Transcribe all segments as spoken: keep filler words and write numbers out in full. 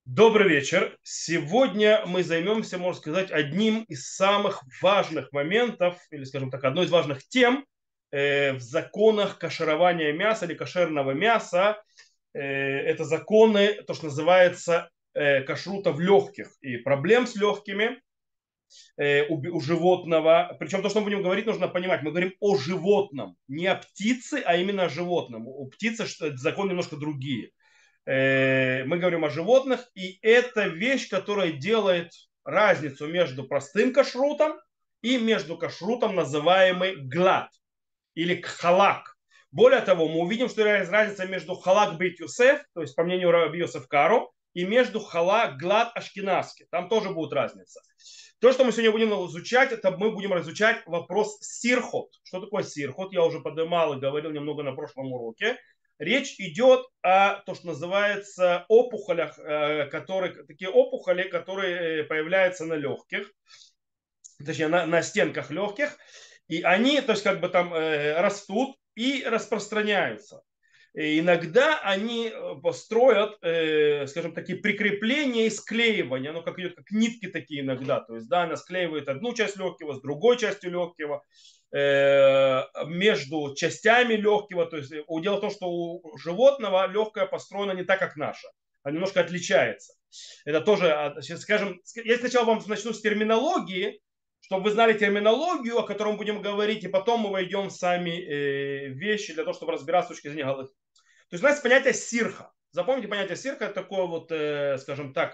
Добрый вечер. Сегодня мы займемся, можно сказать, одним из самых важных моментов, или, скажем так, одной из важных тем э, в законах каширования мяса или кошерного мяса. Э, это законы, то, что называется э, кашрута в легких и проблем с легкими э, у, у животного. Причем то, что мы будем говорить, нужно понимать. Мы говорим о животном, не о птице, а именно о животном. У птицы что- законы немножко другие. Э, мы говорим о животных, и это вещь, которая делает разницу между простым кашрутом и между кашрутом, называемый глад или кхалак. Более того, мы увидим, что есть разница между халак бейт Юсеф, то есть по мнению Раби Йосеф Каро, и между халак глад ашкеназки. Там тоже будет разница. То, что мы сегодня будем изучать, это мы будем изучать вопрос сирхот. Что такое сирхот? Я уже поднимал и говорил немного на прошлом уроке. Речь идет о том, что называется опухолях, э, которые, такие опухоли, которые появляются на легких, точнее на, на стенках легких, и они, то есть как бы там э, растут и распространяются. И иногда они э, построят, э, скажем, такие прикрепления и склеивания, ну, как идет, как нитки такие иногда. То есть, да, она склеивает одну часть легкого с другой частью легкого, э, между частями легкого. То есть, э, дело в том, что у животного легкое построено не так, как наше, а немножко отличается. Это тоже, а, сейчас скажем, я сначала вам начну с терминологии, чтобы вы знали терминологию, о которой мы будем говорить, и потом мы войдем в сами э, вещи для того, чтобы разбираться с точки зрения галахи. То есть у нас есть понятие сирха. Запомните понятие сирха, это такое вот, э, скажем так,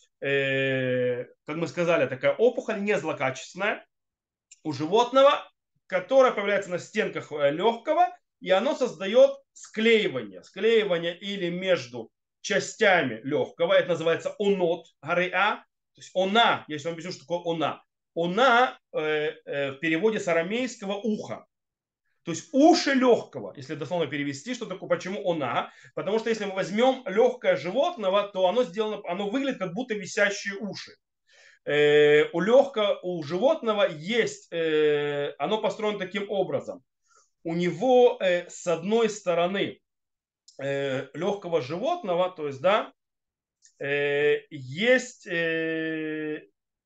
э, как мы сказали, такая опухоль не злокачественная у животного, которая появляется на стенках э, легкого, и оно создает склеивание. Склеивание или между частями легкого, это называется онот, гареа, то есть она, если вам объясню, что такое она. Она э, э, в переводе с арамейского ухо. То есть уши легкого, если дословно перевести, что такое, почему она? Потому что если мы возьмем легкое животного, то оно сделано, оно выглядит как будто висящие уши. Э, у легкого, у животного есть, э, оно построено таким образом. У него э, с одной стороны э, легкого животного, то есть, да, э, есть, э,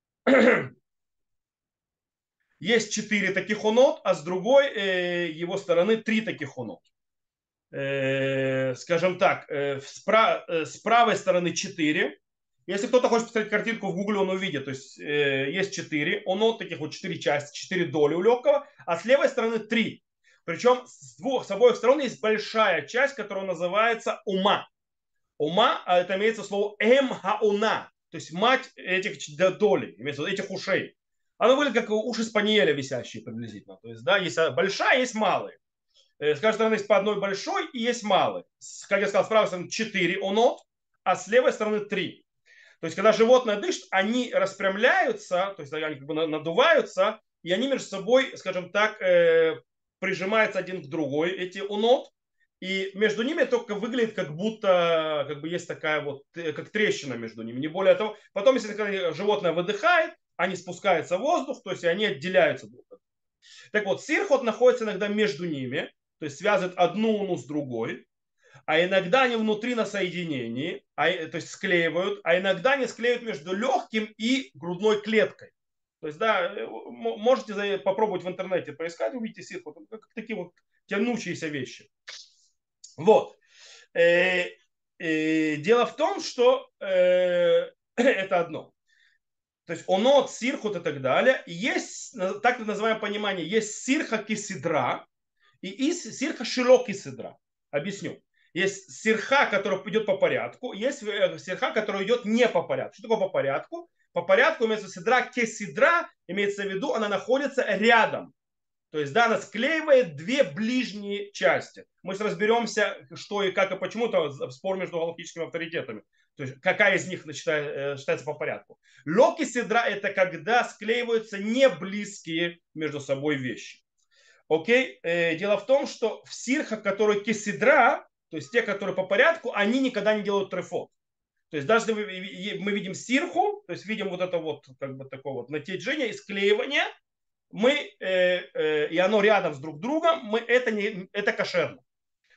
есть четыре таких онот, а с другой э, его стороны три таких онот. Э, скажем так, э, с, пра- э, с правой стороны четыре. Если кто-то хочет посмотреть картинку в гугле, он увидит. То есть э, есть четыре. Он вот таких вот четыре части, четыре доли у легкого, а с левой стороны три. Причем с, двух, с обоих сторон есть большая часть, которая называется ума. Ума, а это имеется слово эм хауна, то есть мать этих долей, имеется этих ушей. Она выглядит как уши спаниеля висящие приблизительно. То есть, да, есть большая, есть малые. С каждой стороны есть по одной большой и есть малый. Как я сказал, с правой стороны четыре онот, а с левой стороны три. То есть, когда животное дышит, они распрямляются, то есть они как бы надуваются, и они между собой, скажем так, э, прижимаются один к другой, эти онот. И между ними только выглядит, как будто как бы есть такая вот, э, как трещина между ними. Не более того. Потом, если животное выдыхает, они спускаются в воздух, то есть они отделяются друг от друга. Так вот, сирхот находится иногда между ними, то есть связывает одну уну с другой, а иногда они внутри на соединении, а, то есть склеивают, а иногда они склеивают между легким и грудной клеткой. То есть, да, можете попробовать в интернете поискать, увидите сирхот, как такие вот тянущиеся вещи. Вот. Э, э, дело в том, что э, это одно. То есть онот, сирхут и так далее. И есть так называемое понимание, есть сирха кисидра и из сирха широкий сидра. Объясню. Есть сирха, которая идет по порядку, есть сирха, которая идет не по порядку. Что такое по порядку? По порядку имеется сидра кесидра, имеется в виду, она находится рядом. То есть, да, она склеивает две ближние части. Мы разберемся, что и как и почему, это спор между галактическими авторитетами. То есть, какая из них считается по порядку. Локи седра – это когда склеиваются не близкие между собой вещи. Окей? Дело в том, что в сирхах, которые кесидра, то есть те, которые по порядку, они никогда не делают трефот. То есть даже если мы видим сирху, то есть видим вот это вот, как бы такое вот натяжение и склеивание, мы, э, э, и оно рядом с друг другом, мы, это, не, это кошерно.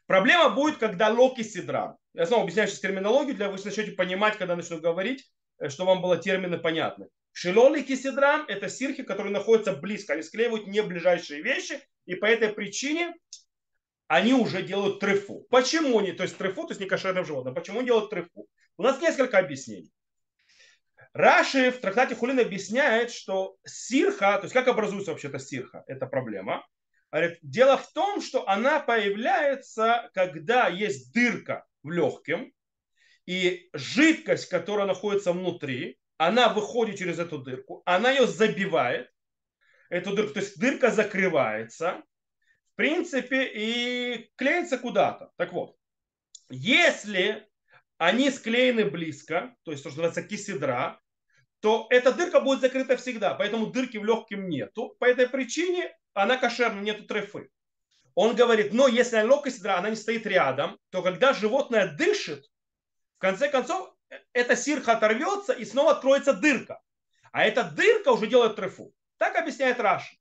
Проблема будет, когда локи сидрам. Я снова объясняю сейчас терминологию, для того, чтобы вы начнете понимать, когда начну говорить, что вам было термины понятны. Шилоли кисидрам – это сирхи, которые находятся близко. Они склеивают не ближайшие вещи, и по этой причине они уже делают трефу. Почему они, то есть трефу, то есть не кошерным животным, почему они делают трефу? У нас несколько объяснений. Раши в трактате Хулин объясняет, что сирха, то есть как образуется вообще-то сирха, это проблема. Говорит, дело в том, что она появляется, когда есть дырка в легком, и жидкость, которая находится внутри, она выходит через эту дырку, она ее забивает, эту дырку, то есть дырка закрывается, в принципе, и клеится куда-то. Так вот, если они склеены близко, то есть то, что называется кисидра, то эта дырка будет закрыта всегда, поэтому дырки в легком нету. По этой причине она кошерна, нету трефы. Он говорит, но если легкая кисидра, она не стоит рядом, то когда животное дышит, в конце концов, эта сирха оторвется и снова откроется дырка. А эта дырка уже делает трефу. Так объясняет Раши.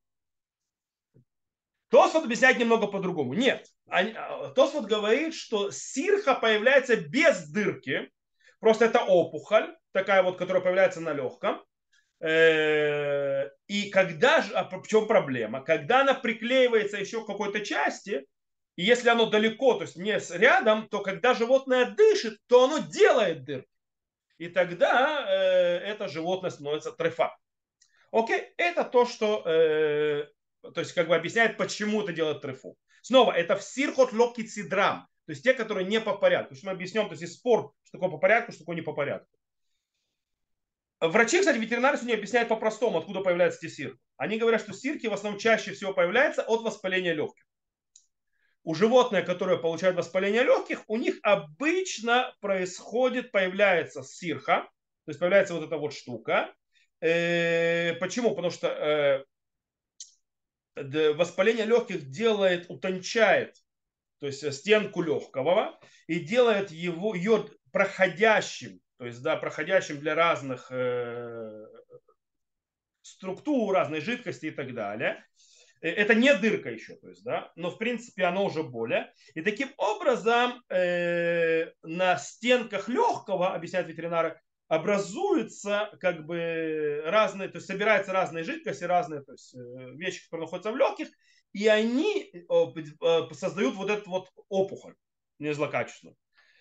Тосфот объясняет немного по-другому. Нет. Тосфот говорит, что сирха появляется без дырки. Просто это опухоль, такая вот, которая появляется на легком. И когда же, а в чем проблема? Когда она приклеивается еще к какой-то части, и если оно далеко, то есть не рядом, то когда животное дышит, то оно делает дырку. И тогда э, это животное становится трефа. Окей, это то, что э, то есть как бы объясняет, почему это делает трефу. Снова, это в сирхот локи цидрам, то есть те, которые не по порядку. Что мы объяснем, то есть есть спор, что такое по порядку, что такое не по порядку. Врачи, кстати, ветеринары сегодня объясняют по-простому, откуда появляются эти сирки. Они говорят, что сирки в основном чаще всего появляются от воспаления легких. У животных, которые получают воспаление легких, у них обычно происходит, появляется сирха, то есть появляется вот эта вот штука. Э, почему? Потому что э, воспаление легких делает, утончает, то есть стенку легкого и делает его, ее проходящим, то есть да, проходящим для разных э, структур, разной жидкости и так далее. Это не дырка еще, то есть, да, но в принципе оно уже более. И таким образом э, на стенках легкого, объясняют ветеринары, образуются как бы разные, то есть собираются разные жидкости, разные, то есть, вещи, которые находятся в легких, и они создают вот эту вот опухоль незлокачественную.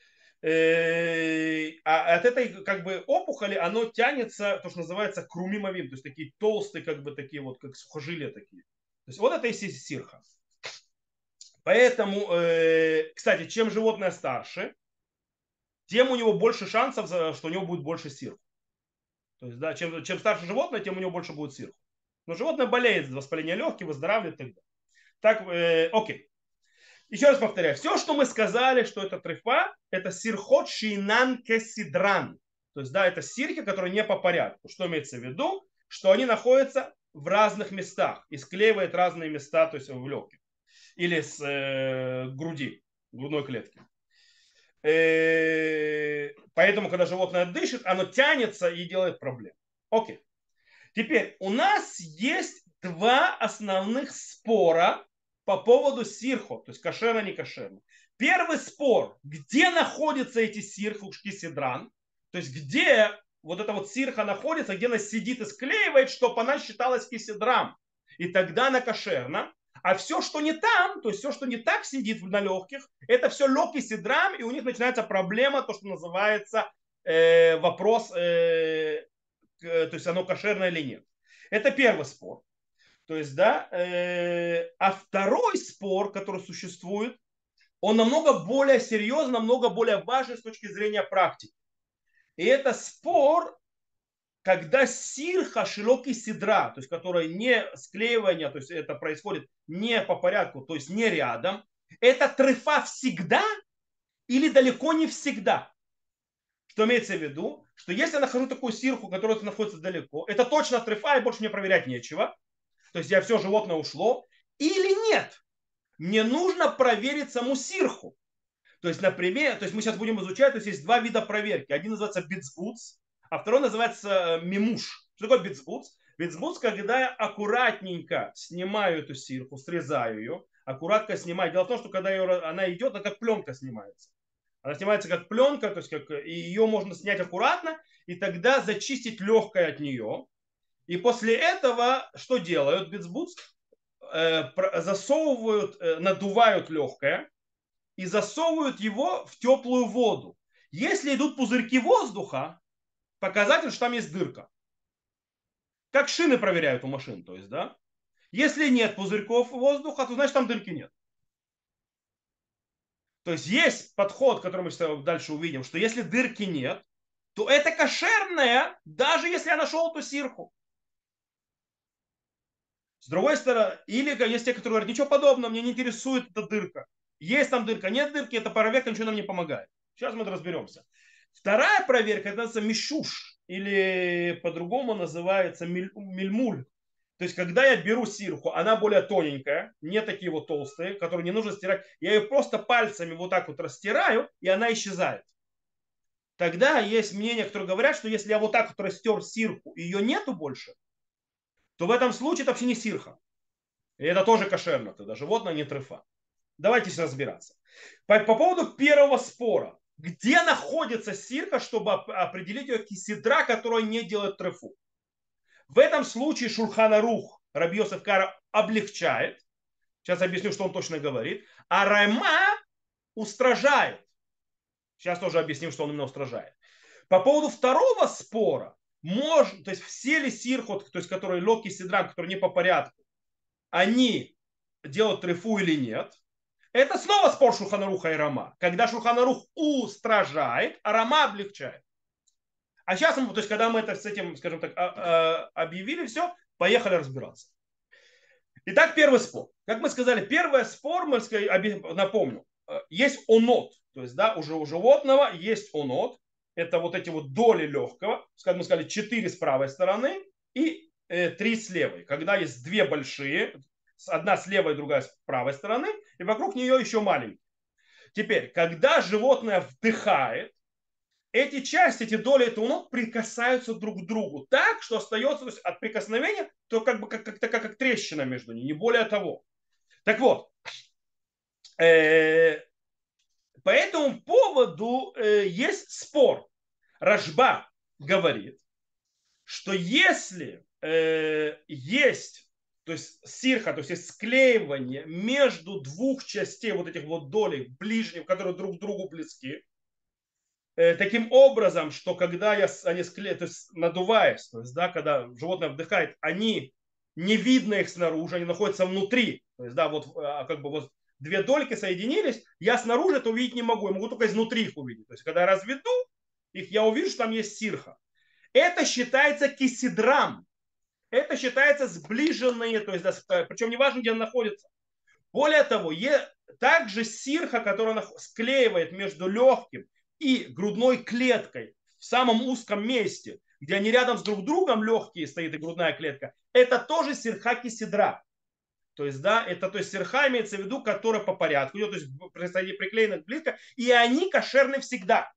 А от этой как бы опухоли оно тянется, то, что называется крумимовим, то есть такие толстые, как бы такие вот, как сухожилия такие. То есть вот это и сирха. Поэтому, кстати, чем животное старше, тем у него больше шансов, что у него будет больше сирху. То есть, да, чем, чем старше животное, тем у него больше будет сирху. Но животное болеет, воспаление легких, выздоравливает и так далее. Так, э, окей. Еще раз повторяю, все, что мы сказали, что это трефа, это сирхот шинан кесидран. То есть, да, это сирхи, которые не по порядку. Что имеется в виду? Что они находятся в разных местах и склеивают разные места, то есть в легких. Или с э, груди, грудной клетки. Э, поэтому, когда животное дышит, оно тянется и делает проблемы. Окей. Теперь у нас есть два основных спора по поводу сирхо, то есть кошерно, не кошерно. Первый спор, где находятся эти сирху, кисидран, то есть где вот эта вот сирха находится, где она сидит и склеивает, чтобы она считалась кисидрам. И тогда она кошерна. А все, что не там, то есть все, что не так сидит на легких, это все лег кисидрам, и у них начинается проблема, то, что называется э, вопрос, э, то есть оно кошерное или нет. Это первый спор. То есть, да, э, а второй спор, который существует, он намного более серьезный, намного более важный с точки зрения практики. И это спор, когда сирха широки сидра, то есть которая не склеивание, то есть это происходит не по порядку, то есть не рядом, это трефа всегда или далеко не всегда. Что имеется в виду, что если я нахожу такую сирху, которая находится далеко, это точно трефа, и больше мне проверять нечего. То есть я все животное ушло. Или нет. Мне нужно проверить саму сирху. То есть, например, то есть мы сейчас будем изучать, то есть есть два вида проверки. Один называется битсбутс, а второй называется мимуш. Что такое битсбутс? Битсбутс, когда я аккуратненько снимаю эту сирху, срезаю ее, аккуратно снимать. Дело в том, что когда ее, она идет, она как пленка снимается. Она снимается как пленка, то есть как, и ее можно снять аккуратно, и тогда зачистить легкое от нее. И после этого что делают бицбуц? Э, засовывают, э, надувают легкое и засовывают его в теплую воду. Если идут пузырьки воздуха, показатель, что там есть дырка. Как шины проверяют у машин, то есть, да? Если нет пузырьков воздуха, то значит там дырки нет. То есть есть подход, который мы дальше увидим, что если дырки нет, то это кошерное, даже если я нашел эту сирху. С другой стороны, или есть те, которые говорят, ничего подобного, мне не интересует эта дырка. Есть там дырка, нет дырки, эта проверка ничего нам не помогает. Сейчас мы это разберемся. Вторая проверка, это называется мишуш, или по-другому называется мильмуль. То есть, когда я беру сирху, она более тоненькая, не такие вот толстые, которые не нужно стирать. Я ее просто пальцами вот так вот растираю, и она исчезает. Тогда есть мнения, которые говорят, что если я вот так вот растер сирху, и ее нету больше, то в этом случае это вообще не сирха. И это тоже кошерно, тогда животное не трефа. Давайте сейчас разбираться. По, по поводу первого спора. Где находится сирха, чтобы определить ее кисидра, которая не делает трефу? В этом случае Шульхан Арух Раби Йосеф Кара облегчает. Сейчас объясню, что он точно говорит. А Райма устражает. Сейчас тоже объясним, что он именно устражает. По поводу второго спора. Может, то есть все ли сирхот, то есть которые локи сидрам, которые не по порядку, они делают трефу или нет. Это снова спор Шульханаруха и Рама. Когда Шульханарух устражает, а Рама облегчает. А сейчас, то есть, когда мы это с этим, скажем так, объявили, все, поехали разбираться. Итак, первый спор. Как мы сказали, первый спор, мы напомню, есть онот, то есть, да, уже у животного есть онот, это вот эти вот доли легкого, как мы сказали, четыре с правой стороны и три с левой. Когда есть две большие, одна с левой, другая с правой стороны, и вокруг нее еще маленькие. Теперь, когда животное вдыхает, эти части, эти доли этого ног прикасаются друг к другу так, что остается, то есть от прикосновения, то как бы как, как, как, как трещина между ними, не более того. Так вот, э, по этому поводу э, есть спор. Рашба говорит, что если э, есть, то есть сирха, то есть, есть склеивание между двух частей вот этих вот долей ближних, которые друг к другу близки, э, таким образом, что когда я, они склеят, то есть надуваясь, то есть, да, когда животное вдыхает, они не видно их снаружи, они находятся внутри, то есть, да, вот как бы вот две дольки соединились, я снаружи это увидеть не могу, я могу только изнутри их увидеть. То есть, когда я разведу их, я увижу, что там есть сирха. Это считается кисидрам. Это считается сближенные, то есть, да, причем не важно, где он находится. Более того, также сирха, которая склеивает между легким и грудной клеткой в самом узком месте, где они рядом с друг другом легкие стоит и грудная клетка, это тоже сирха кисидра. То есть, да, это то есть сирха имеется в виду, которая по порядку идет, то есть приклеены близко, и они кошерны всегда.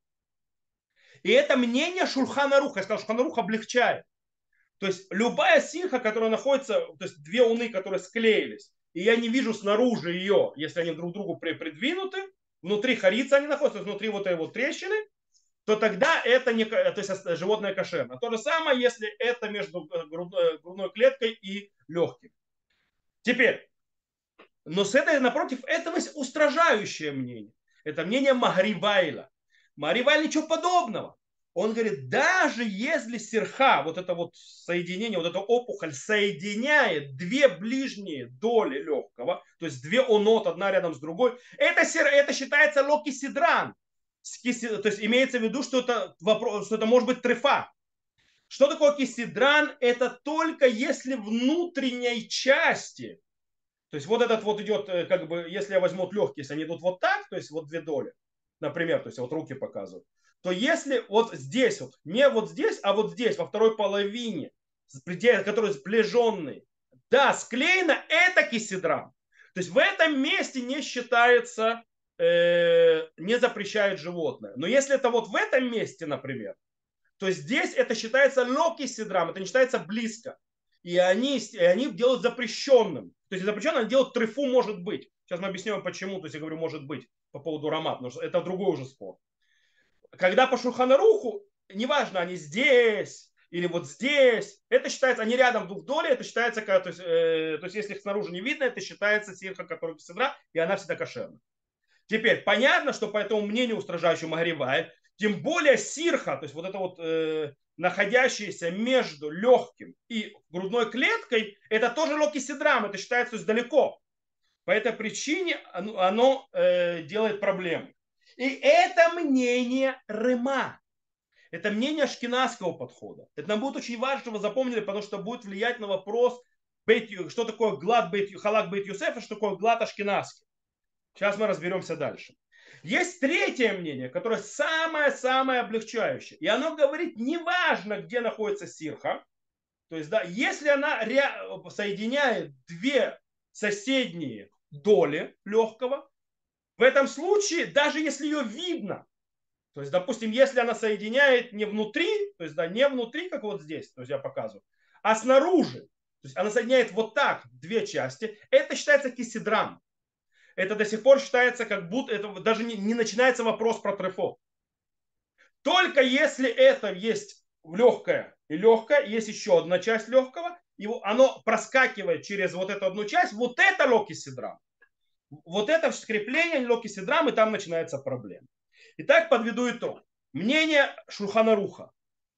И это мнение Шульхана Аруха. Я сказал, Шульхан Арух облегчает. То есть любая сирха, которая находится, то есть две уны, которые склеились, и я не вижу снаружи ее, если они друг к другу придвинуты, внутри харица они находятся, внутри вот этой вот трещины, то тогда это не, то есть животное кошерно. То же самое, если это между грудной клеткой и легким. Теперь, но с этой, напротив, этого есть устражающее мнение. Это мнение Магаривайла. Магаривайла ничего подобного. Он говорит, даже если сирха, вот это вот соединение, вот эта опухоль соединяет две ближние доли легкого, то есть две онот, одна рядом с другой, это, это считается локисидран. То есть имеется в виду, что это, вопрос, что это может быть трефа. Что такое кисидран? Это только если внутренней части, то есть вот этот вот идет, как бы, если я возьму легкие, если они идут вот так, то есть вот две доли, например, то есть я вот руки показываю, то если вот здесь вот, не вот здесь, а вот здесь, во второй половине, который сближенный, да, склеено, это кисидрам. То есть в этом месте не считается, э, не запрещает животное. Но если это вот в этом месте, например, то здесь это считается локисидрам, это не считается близко. И они, и они делают запрещенным. То есть запрещенным они делают трефу, может быть. Сейчас мы объясним, почему. То есть я говорю, может быть, по поводу рамат, потому что это другой уже спор. Когда по Шульханаруху, неважно, они здесь или вот здесь, это считается, они рядом двух долей, это считается, то есть, э, то есть если их снаружи не видно, это считается сирха, которая седра, и она всегда кошерна. Теперь понятно, что по этому мнению устражающего Магаривая, тем более сирха, то есть вот это вот э, находящееся между легким и грудной клеткой, это тоже локи седрам, это считается то есть, далеко. По этой причине оно, оно э, делает проблемы. И это мнение Рема. Это мнение ашкеназского подхода. Это нам будет очень важно, чтобы вы запомнили, потому что будет влиять на вопрос, что такое глад бейт, халак бейт Юсефа, что такое глад ашкеназский. Сейчас мы разберемся дальше. Есть третье мнение, которое самое-самое облегчающее. И оно говорит, неважно, где находится сирха, то есть, да, если она соединяет две соседние доли легкого, в этом случае, даже если ее видно, то есть, допустим, если она соединяет не внутри, то есть, да, не внутри, как вот здесь, то есть я показываю, а снаружи, то есть она соединяет вот так две части, это считается кисидрам. Это до сих пор считается, как будто это даже не, не начинается вопрос про трефо. Только если это есть легкое и легкое, есть еще одна часть легкого, его, оно проскакивает через вот эту одну часть, вот это локисидрам. Вот это скрепление локисидрам, и там начинается проблема. Итак, подведу итог. Мнение Шульханаруха.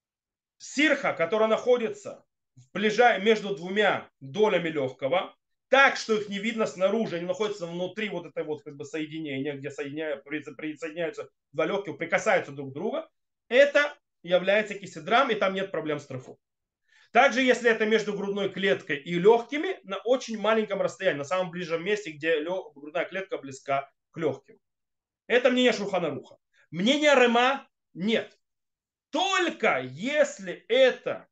Сирха, которая находится в ближай, между двумя долями легкого, так, что их не видно снаружи, они находятся внутри вот этой вот как бы соединения, где соединяют, присоединяются два легких, прикасаются друг к другу, это является кисидрам, и там нет проблем с трефо. Также, если это между грудной клеткой и легкими, на очень маленьком расстоянии, на самом ближнем месте, где грудная клетка близка к легким. Это мнение Шульханаруха. Мнение Рема нет. Только если это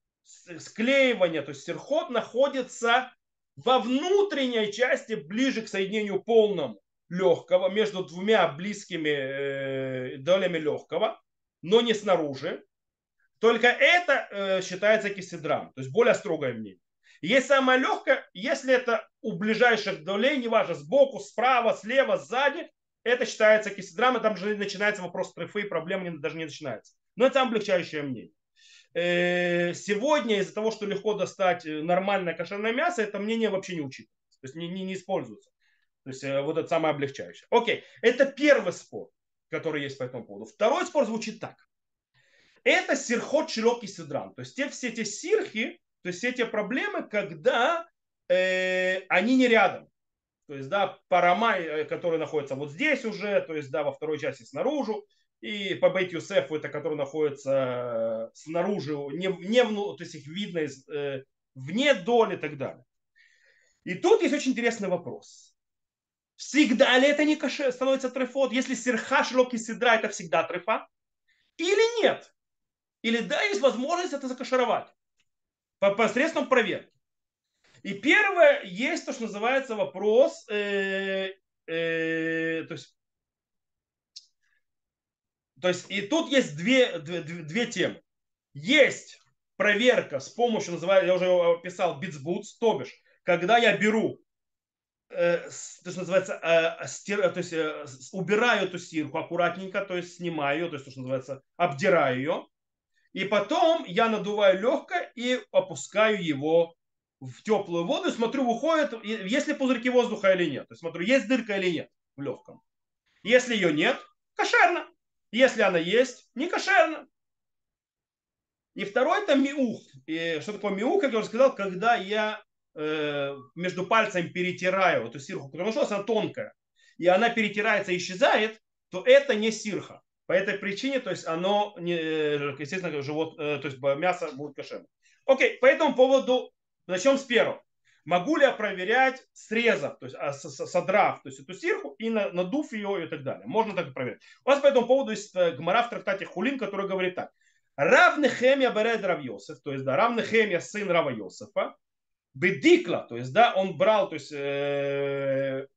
склеивание, то есть сирхот находится во внутренней части, ближе к соединению полному легкого, между двумя близкими долями легкого, но не снаружи. Только это э, считается кисидрам, то есть более строгое мнение. Есть самое легкое, если это у ближайших долей, неважно, сбоку, справа, слева, сзади, это считается кисидрам, и там же начинается вопрос трефы, и проблемы даже не начинается. Но это самое облегчающее мнение. Э, сегодня из-за того, что легко достать нормальное кошерное мясо, это мнение вообще не учитывается, то есть не, не, не используется. То есть э, вот это самое облегчающее. Окей, это первый спор, который есть по этому поводу. Второй спор звучит так. Это сирхот широкий сидран. То есть те, все эти сирхи, то есть все эти проблемы, когда э, они не рядом. То есть, да, парамай, который находится вот здесь уже, то есть, да, во второй части снаружи, и по Бейт Юсефу, это который находится снаружи, не, не вну, то есть их видно из, э, вне доли и так далее. И тут есть очень интересный вопрос. Всегда ли это не каше, становится трефот? Если сирха широкий сидра, это всегда трефа? Или нет? Или да, есть возможность это закашировать посредством проверки. И первое, есть то, что называется вопрос, э, э, то есть, то есть и тут есть две, две, две темы. Есть проверка с помощью, называется, я уже описал, битсбутс, то бишь, когда я беру, э, то, что называется, э, стир, то есть э, убираю эту стирку аккуратненько, то есть снимаю ее, то есть то, что называется, обдираю ее. И потом я надуваю легкое и опускаю его в теплую воду и смотрю, выходит, есть ли пузырьки воздуха или нет. То есть смотрю, есть дырка или нет в легком. Если ее нет, кошерно. Если она есть, не кошерно. И второй это миух. И что такое миух, как я уже сказал, когда я э, между пальцами перетираю эту сирху, потому что она тонкая, и она перетирается и исчезает, то это не сирха. По этой причине, то есть оно, не, естественно, живот, то есть мясо будет кошерным. Окей, по этому поводу начнем с первого. Могу ли я проверять срезав, то есть содрав, то есть эту сирху и надув ее и так далее. Можно так и проверить. У вас по этому поводу есть гмара в трактате Хулин, который говорит так. Рав Нехемия берет Рав Йосеф, то есть да, Рав Нехемия сын Рава Йосефа, бедикла, то есть да, он брал, то есть э,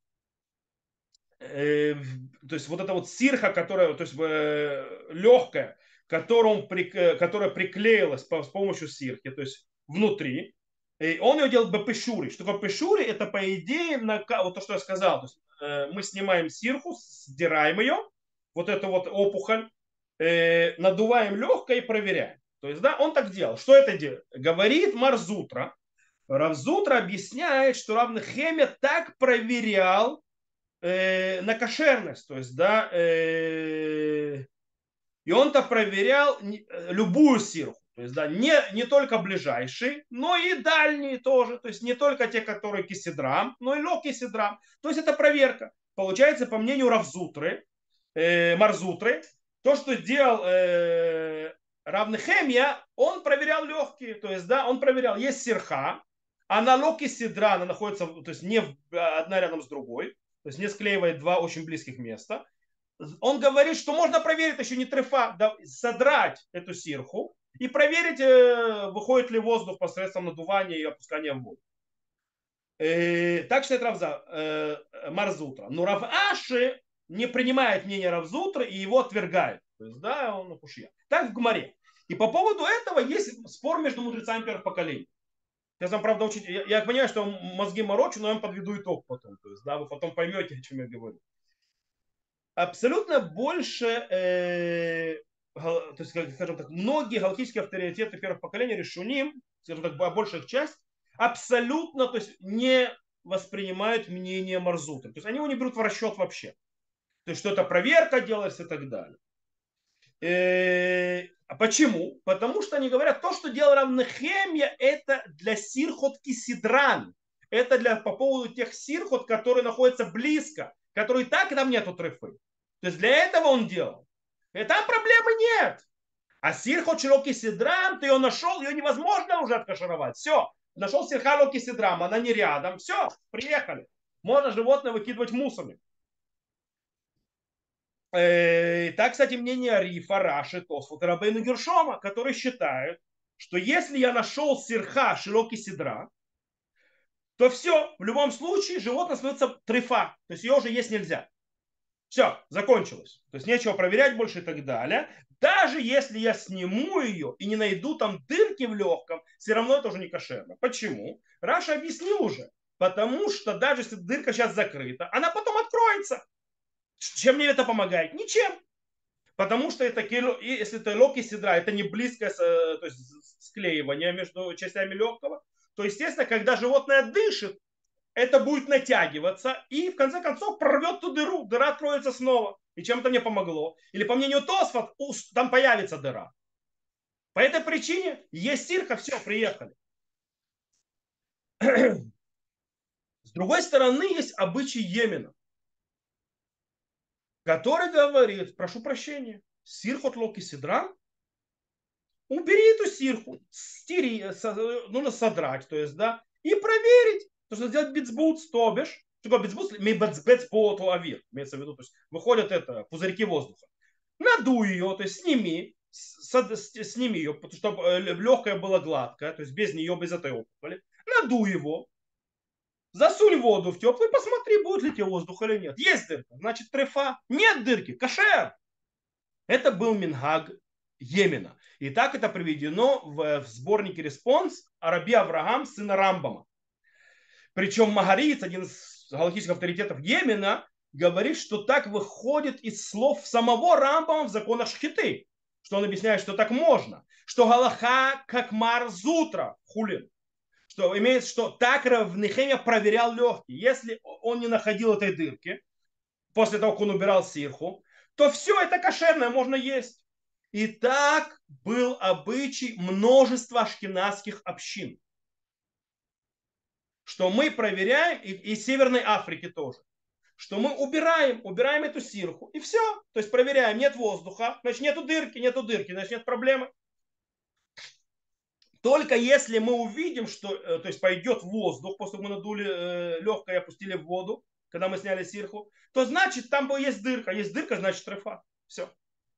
то есть вот эта вот сирха, которая, то есть э, легкая, которая, которая приклеилась с помощью сирхи, то есть внутри, И он ее делал бепешури. Что такое пешури? Это по идее, на, вот то, что я сказал. То есть, э, мы снимаем сирху, сдираем ее, вот эту вот опухоль, э, надуваем легкое и проверяем. То есть, да, он так делал. Что это делает? Говорит Марзутра. Равзутра объясняет, что Равнхемия так проверял э, на кошерность. То есть, да, э, и он-то проверял любую сирху. То есть, да, не, не только ближайшие, но и дальние тоже. То есть, не только те, которые кисидрам, но и ло кисидрам. То есть, это проверка. Получается, по мнению Равзутры, э, Марзутры, то, что делал э, Равнехемия, он проверял легкие. То есть, да, он проверял, есть сирха, а на ло кисидра она находится, то есть, не одна рядом с другой. То есть, не склеивает два очень близких места. Он говорит, что можно проверить еще не трефа, да, содрать эту сирху и проверить, э, выходит ли воздух посредством надувания и опускания в воду. Э, так считает Равза, э, Марзутра. Но Рав Аши не принимает мнение Равзутра и его отвергает. То есть, да, он пушья. Так в Гмаре. И по поводу этого есть спор между мудрецами первых поколений. Я сам, правда, очень... Я, я понимаю, что мозги морочу, но я вам подведу итог потом. То есть, да, вы потом поймете, о чем я говорю. Абсолютно больше, э, то есть, скажем так, многие галактические авторитеты первых поколений решуним, скажем так, большая их часть, абсолютно, то есть, не воспринимают мнение Марзута. То есть они его не берут в расчет вообще. То есть что это проверка делается и так далее. Э, а почему? Потому что они говорят, то, что делал Равнехемия, это для сирхот кисидран. Это для, по поводу тех сирхот, которые находятся близко, которые и так там нету трефы. То есть для этого он делал. И там проблемы нет. А сирхот широкий сидрам, ты ее нашел, ее невозможно уже откашировать. Все. Нашел сирхалоки сидрам, она не рядом. Все, приехали. Можно животное выкидывать в мусорник. Э, так, кстати, мнение Рифа, Раши, Тосфот и Рабейну Гершома, которые считают, что если я нашел сирха широкий сидра, то все, в любом случае животное становится трефа, то есть ее уже есть нельзя. Все, закончилось. То есть нечего проверять больше и так далее. Даже если я сниму ее и не найду там дырки в легком, все равно это уже не кошерно. Почему? Раша объяснил уже. Потому что даже если дырка сейчас закрыта, она потом откроется. Чем мне это помогает? Ничем. Потому что это, если это легкий сидра, это не близкое то есть, склеивание между частями легкого, то, естественно, когда животное дышит, это будет натягиваться и, в конце концов, прорвет ту дыру. Дыра откроется снова. И чем это мне помогло? Или, по мнению Тосфот, там появится дыра. По этой причине есть сирха, все, приехали. С другой стороны, есть обычай Йемена, который говорит, прошу прощения, сирхот локи сидра, убери эту сирху, стери, нужно содрать, то есть, да, и проверить, то, что сделать бицбут, то бишь, что такое бицбут, мы бицбут авир, имеется в виду, то есть, выходят это, пузырьки воздуха. Надуй ее, то есть, сними, сними ее, чтобы легкая была гладкая, то есть, без нее, без этой опухоли. Надуй его, засунь воду в теплый, посмотри, будет ли тебе воздух или нет. Есть дырка, значит, трефа. Нет дырки, кашер. Это был Мингаг Йемена. И так это приведено в, в сборнике «Респонс» Раби Авраам, сына Рамбама. Причем Магариец, один из галактических авторитетов Йемена, говорит, что так выходит из слов самого Рамбама в законах Шхиты. Что он объясняет, что так можно. Что Галаха как Марзутра, хулин. Что имеется, что так Равнехемия проверял легкие. Если он не находил этой дырки, после того, как он убирал сирху, то все это кошерное можно есть. И так был обычай множества ашкеназских общин. Что мы проверяем, и, и Северной Африки тоже, что мы убираем, убираем эту сирху, и все. То есть проверяем, нет воздуха, значит нету дырки, нету дырки, значит нет проблемы. Только если мы увидим, что то есть пойдет воздух, после того, как мы надули э, легкое и опустили в воду, когда мы сняли сирху, то значит там есть дырка. Есть дырка, значит трефа. Все.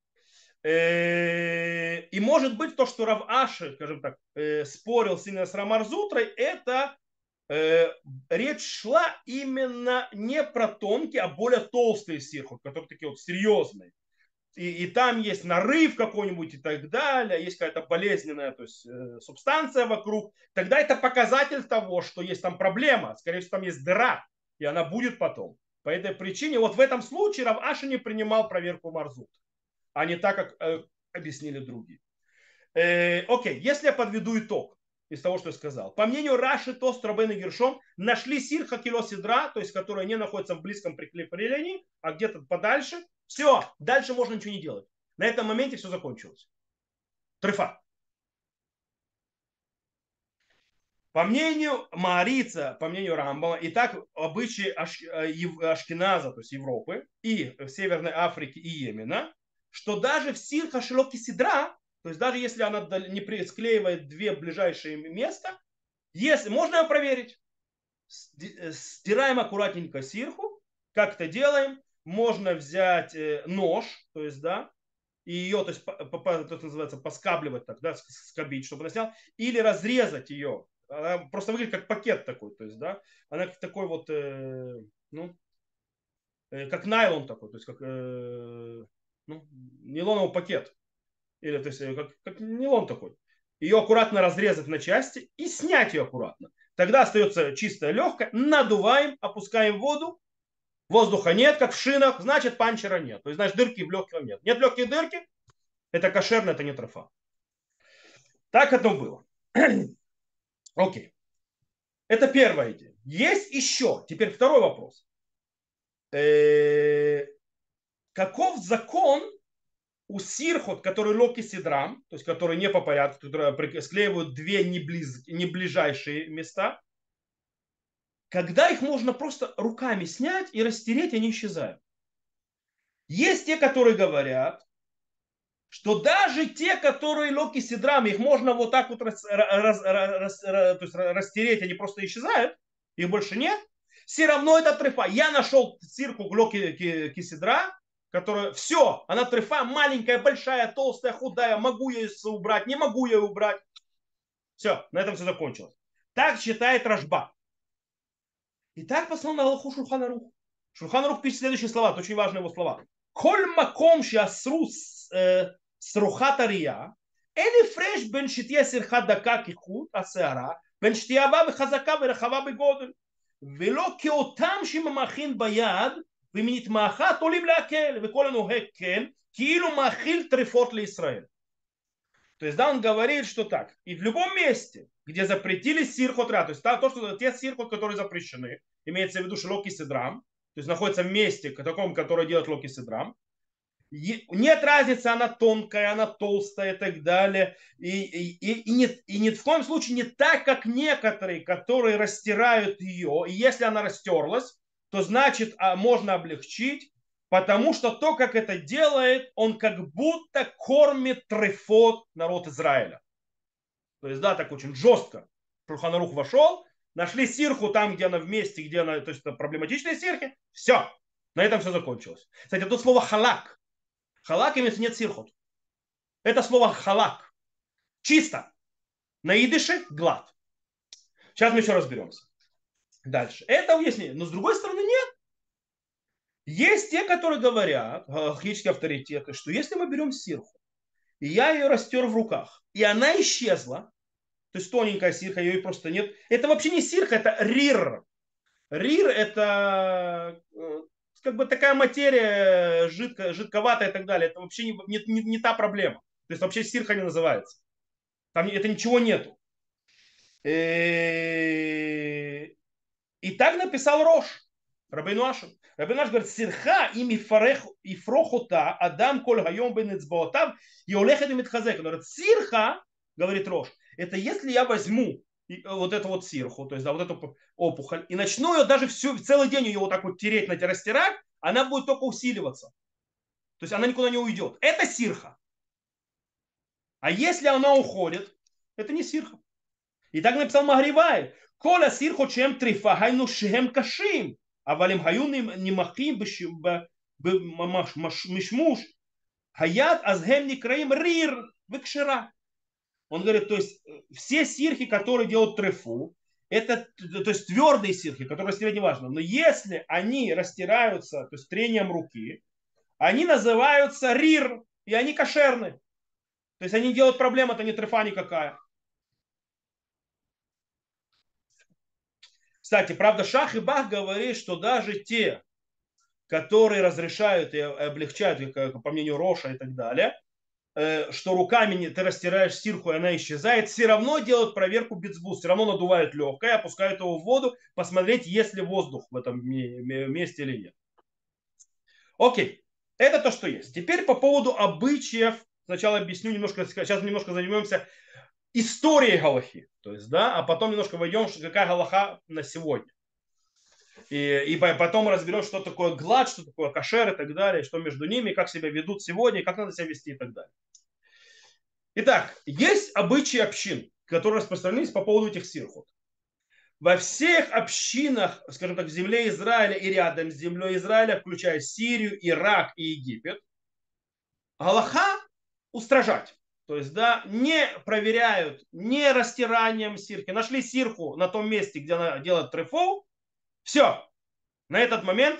И может быть то, что Рав Аши, скажем так, спорил сильно с Рамарзутрой, это речь шла именно не про тонкие, а более толстые сирху, которые такие вот серьезные. и, и там есть нарыв какой-нибудь и так далее, есть какая-то болезненная, то есть, э, субстанция вокруг, тогда это показатель того, что есть там проблема. Скорее всего, там есть дыра, и она будет потом. По этой причине, вот в этом случае Рав Аши не принимал проверку Марзут, а не так, как э, объяснили другие. Э, окей, если я подведу итог из того, что я сказал. По мнению Раши, Тост, Рабейн и Гершом нашли сирха кило сидра, то есть которая не находится в близком прикреплении, а где-то подальше. Все, дальше можно ничего не делать. На этом моменте все закончилось. Трефа. По мнению Маарица, по мнению Рамбама, и так обычаи Аш, Ашкеназа, то есть Европы, и в Северной Африке и Йемена, что даже в сирха шелоки сидра, то есть даже если она не склеивает две ближайшие места, если, можно ее проверить. Стираем аккуратненько сирху. Как это делаем? Можно взять нож, то есть, да, и ее, то есть, по, по, это называется, поскабливать так, да, скобить, чтобы она сняла, или разрезать ее. Она просто выглядит как пакет такой, то есть, да, она как такой вот, э, ну, э, как найлон такой, то есть, как э, ну, нейлоновый пакет. Или, то есть, как, как нейлон такой. Ее аккуратно разрезать на части и снять ее аккуратно. Тогда остается чистая легкая. Надуваем, опускаем в воду. Воздуха нет, как в шинах, значит панчера нет. То есть, значит, дырки в легких нет. Нет легких дырки, это кошерно, это не трофа. Так это было. Окей. Это первая идея. Есть еще. Теперь второй вопрос. Каков закон у сирхот, которые локи сидрам, то есть которые не по порядку, которые склеивают две не, близ, не ближайшие места, когда их можно просто руками снять и растереть, они исчезают. Есть те, которые говорят, что даже те, которые локи сидрам, их можно вот так вот рас, раз, раз, раз, то есть растереть, они просто исчезают, их больше нет, все равно это трефа. Я нашел сирку локи кисидра, которая, все, она трефа, маленькая, большая, толстая, худая, могу я ее убрать, не могу ее убрать. Все, на этом все закончилось. Так считает Рашба. И так послал на Аллаху Шульхан Арух. Шульхан Арух пишет следующие слова, это очень важные его слова. Коль маком шиасру срухат ария, эли фреш бен шитья сирха дака кихут асеара, бен шитья ва וחזקה ורחבה בגודל. ולא כאותם שממאכין ביד, ומנתמחת עולים להקל, וכל הנוהג כן, כאילו מאכיל טרפות לישראל. То есть, да, он говорит, что так. И в любом месте, где запретили сирхотра, то есть то, что те сирхот, которые запрещены, имеется в виду шелоки сидрам, то есть находится в месте, таком, которое делает локи сидрам, нет разницы, она тонкая, она толстая и так далее. И, и, и, и, не, и ни в коем случае не так, как некоторые, которые растирают ее. И если она растерлась, то значит можно облегчить. Потому что то, как это делает, он как будто кормит трефот народ Израиля. То есть, да, так очень жестко. Шульхан Арух вошел, нашли сирху там, где она вместе, где она, то есть это проблематичные сирхи. Все, на этом все закончилось. Кстати, тут слово халак. Халак имеется нет сирхот. Это слово халак. Чисто. На идыше глад. Сейчас мы еще разберемся. Дальше. Это уяснение. Но с другой стороны нет. Есть те, которые говорят, галахические авторитеты, что если мы берем сирху, и я ее растер в руках, и она исчезла, то есть тоненькая сирха, ее просто нет, это вообще не сирха, это рир. Рир это как бы такая материя жидко, жидковатая и так далее. Это вообще не, не, не, не та проблема. То есть вообще сирха не называется. Там это ничего нету. И так написал Рош. Рабейну Ашем. Рабейну Ашем говорит, сирха им и фрохота, адам коль хайом бен эцбаотав, и олехет и митхазек. Он говорит, сирха, говорит Рош, это если я возьму вот эту вот сирху, то есть да, вот эту опухоль, и начну ее даже всю, целый день ее вот так вот тереть, растирать, она будет только усиливаться. То есть она никуда не уйдет. Это сирха. А если она уходит, это не сирха. И так написал Магривай. Коля сирхот шем трифа, хайну шем кашим. А валим хаю нимахим мишмуш. Хаят азгем никраим рир векшера. Он говорит, то есть все сирхи, которые делают трефу, это то есть твердые сирхи, которые растирать не важно. Но если они растираются, то есть трением руки, они называются рир, и они кошерны. То есть они делают проблему, это не трефа никакая. Кстати, правда, Шах и Бах говорит, что даже те, которые разрешают и облегчают, по мнению Роша и так далее, что руками ты растираешь стирку, и она исчезает, все равно делают проверку бицбус, все равно надувают легкое, опускают его в воду, посмотреть, есть ли воздух в этом месте или нет. Окей, это то, что есть. Теперь по поводу обычаев, сначала объясню немножко, сейчас немножко займемся историей галахи, то есть, да, а потом немножко войдем, какая галаха на сегодня. И, и потом разберем, что такое глад, что такое кашер и так далее, что между ними, как себя ведут сегодня, и как надо себя вести и так далее. Итак, есть обычаи общин, которые распространились по поводу этих сирхот. Во всех общинах, скажем так, в земле Израиля и рядом с землей Израиля, включая Сирию, Ирак и Египет, галаха устражать. То есть, да, не проверяют, не растиранием сирки. Нашли сирку на том месте, где она делает трефол, все, на этот момент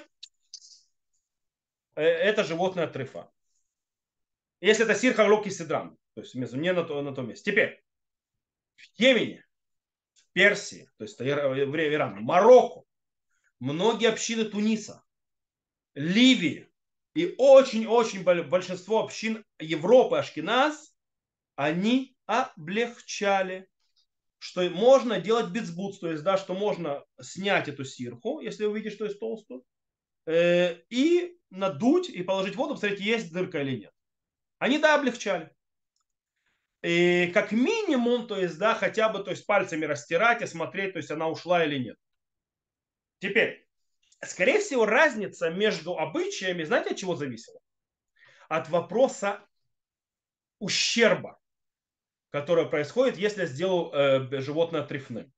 это животное трефа. Если это сирха локи сидран, то есть не на, то, на том месте. Теперь, в Йемене, в Персии, то есть время Ирана, Марокко, многие общины Туниса, Ливии и очень-очень большинство общин Европы, Ашкеназ, они облегчали, что можно делать бицбуц, то есть, да, что можно снять эту сирху, если увидишь, что есть толстую, э, и надуть, и положить в воду, посмотреть, есть дырка или нет. Они, да, облегчали. И как минимум, то есть, да, хотя бы, то есть, пальцами растирать и смотреть, то есть, она ушла или нет. Теперь, скорее всего, разница между обычаями, знаете, от чего зависела? От вопроса ущерба, который происходит, если я сделал э, животное трефным.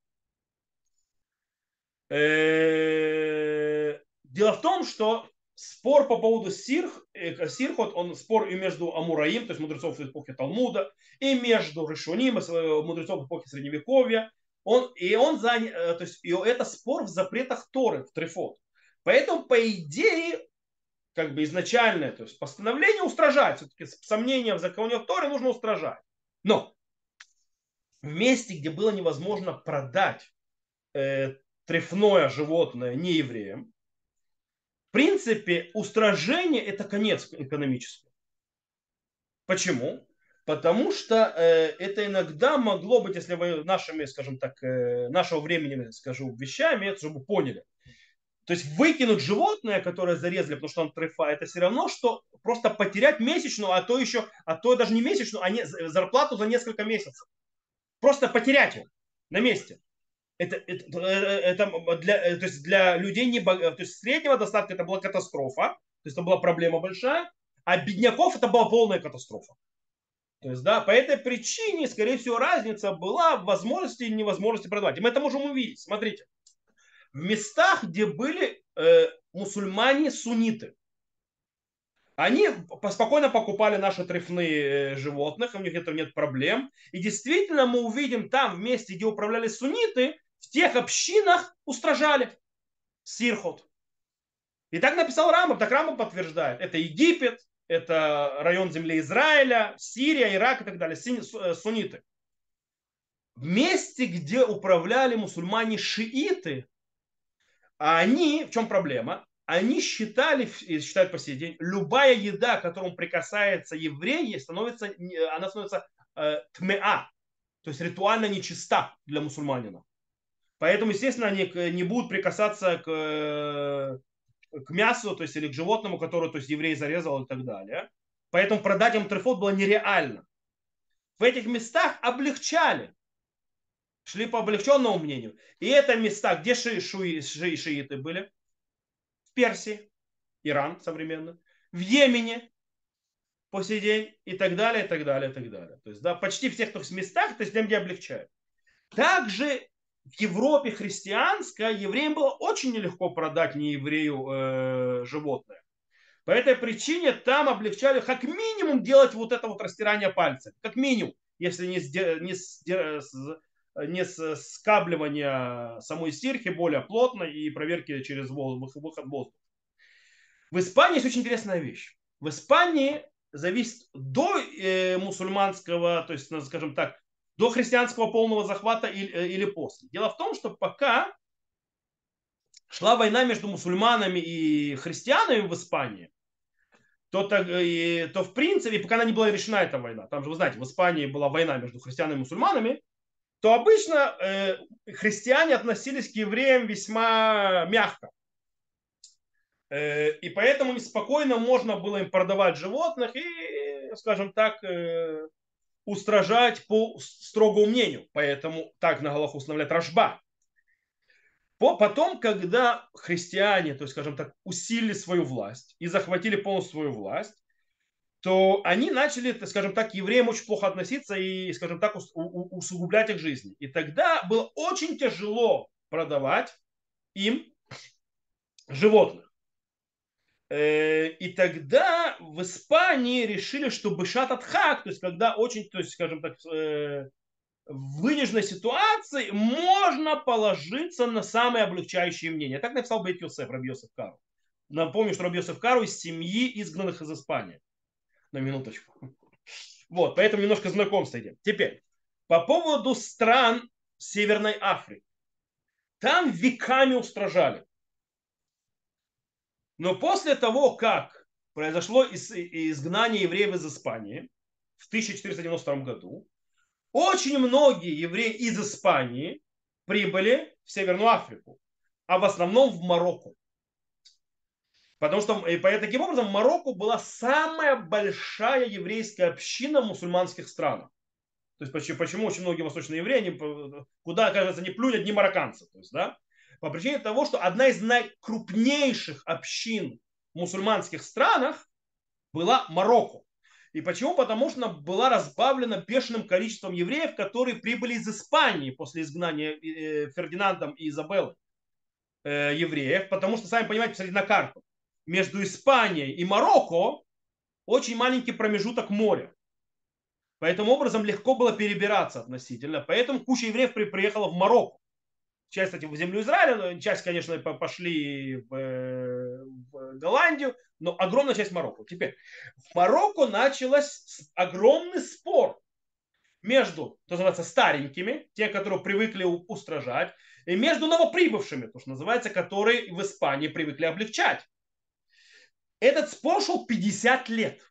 Э, дело в том, что спор по поводу сирх, э, сирхот, он спор и между Амураим, то есть мудрецов эпохи Талмуда, и между Решуним, мудрецов эпохи Средневековья. Он, и он занят, то есть и это спор в запретах Торы, в трефот. Поэтому, по идее, как бы изначальное, то есть постановление устражать. Все-таки сомнения в законе Торы нужно устражать. Но в месте, где было невозможно продать э, трефное животное неевреям, в принципе, устражение это конец экономический. Почему? Потому что э, это иногда могло быть, если вы нашими, скажем так, э, нашего времени, скажу, вещами, это чтобы вы поняли. То есть выкинуть животное, которое зарезали, потому что он трефа, это все равно, что просто потерять месячную, а то еще, а то даже не месячную, а не, зарплату за несколько месяцев. Просто потерять его на месте. Это, это, это для, то есть для людей не, то есть среднего достатка это была катастрофа, то есть это была проблема большая, а бедняков это была полная катастрофа. То есть, да, по этой причине, скорее всего, разница была в возможности и невозможности продавать. И мы это можем увидеть. Смотрите, в местах, где были э, мусульмане-сунниты, они спокойно покупали наши трефные животных, у них это нет проблем. И действительно мы увидим там, в месте, где управляли сунниты, в тех общинах устражали сирхот. И так написал Рамбам, так Рамбам подтверждает. Это Египет, это район земли Израиля, Сирия, Ирак и так далее, сунниты. В месте, где управляли мусульмане-шииты, они, в чем проблема? Они считали, и считают по сей день, любая еда, к которому прикасается еврей, становится, она становится э, тмеа, то есть ритуально нечиста для мусульманина. Поэтому, естественно, они не будут прикасаться к, к мясу, то есть или к животному, которое, то есть, еврей зарезал и так далее. Поэтому продать им трефот было нереально. В этих местах облегчали, шли по облегченному мнению. И это места, где ши, ши, ши, шииты были, в Персии, Иран современный, в Йемене по сей день и так далее, и так далее, и так далее. То есть, да, почти всех этих местах, то есть, там, где облегчают. Также в Европе христианской евреям было очень нелегко продать нееврею э, животное. По этой причине там облегчали как минимум делать вот это вот растирание пальцев. Как минимум, если не, не, не скабливание самой стирки более плотно и проверки через воздух, выход воздуха. В Испании есть очень интересная вещь. в Испании зависит до э, мусульманского, то есть, ну, скажем так, до христианского полного захвата или, э, или после. Дело в том, что пока шла война между мусульманами и христианами в Испании, то, так, и, то в принципе, пока она не была решена, эта война, там же, вы знаете, в Испании была война между христианами и мусульманами, то обычно э, христиане относились к евреям весьма мягко. Э, и поэтому неспокойно можно было им продавать животных и, скажем так, э, устражать по строгому мнению. Поэтому так на Галаху устанавливает Рашба. Потом, когда христиане, то есть, скажем так, усилили свою власть и захватили полностью свою власть, то они начали, скажем так, к евреям очень плохо относиться и, скажем так, усугублять их жизнь. И тогда было очень тяжело продавать им животных. И тогда в Испании решили, что бешат ат-хак, то есть когда очень, то есть, скажем так, в вынужденной ситуации можно положиться на самые облегчающие мнения. Так написал Бейт Йосеф, Раби Йосеф Кару. Напомню, что Раби Йосеф Кару из семьи изгнанных из Испании. На минуточку. Вот, поэтому немножко знакомства идем. Теперь, по поводу стран Северной Африки. Там веками устражали. Но после того, как произошло изгнание евреев из Испании в тысяча четыреста девяносто втором году, очень многие евреи из Испании прибыли в Северную Африку, а в основном в Марокко. Потому что и таким образом в Марокко была самая большая еврейская община в мусульманских странах. То есть почему, почему очень многие восточные евреи, они, куда, кажется, не плюнут, не марокканцы. То есть, да? По причине того, что одна из наикрупнейших общин в мусульманских странах была Марокко. И почему? Потому что она была разбавлена бешеным количеством евреев, которые прибыли из Испании после изгнания Фердинандом и Изабеллой евреев. Потому что, сами понимаете, посмотрите на карту. Между Испанией и Марокко очень маленький промежуток моря. Поэтому образом легко было перебираться относительно. Поэтому куча евреев приехала в Марокко. Часть, кстати, в землю Израиля, часть, конечно, пошли в, в Голландию, но огромная часть в Марокко. Теперь, в Марокко начался огромный спор между, что называется, старенькими, те, которые привыкли устражать, и между новоприбывшими, то, что называется, которые в Испании привыкли облегчать. Этот спор шел пятьдесят лет.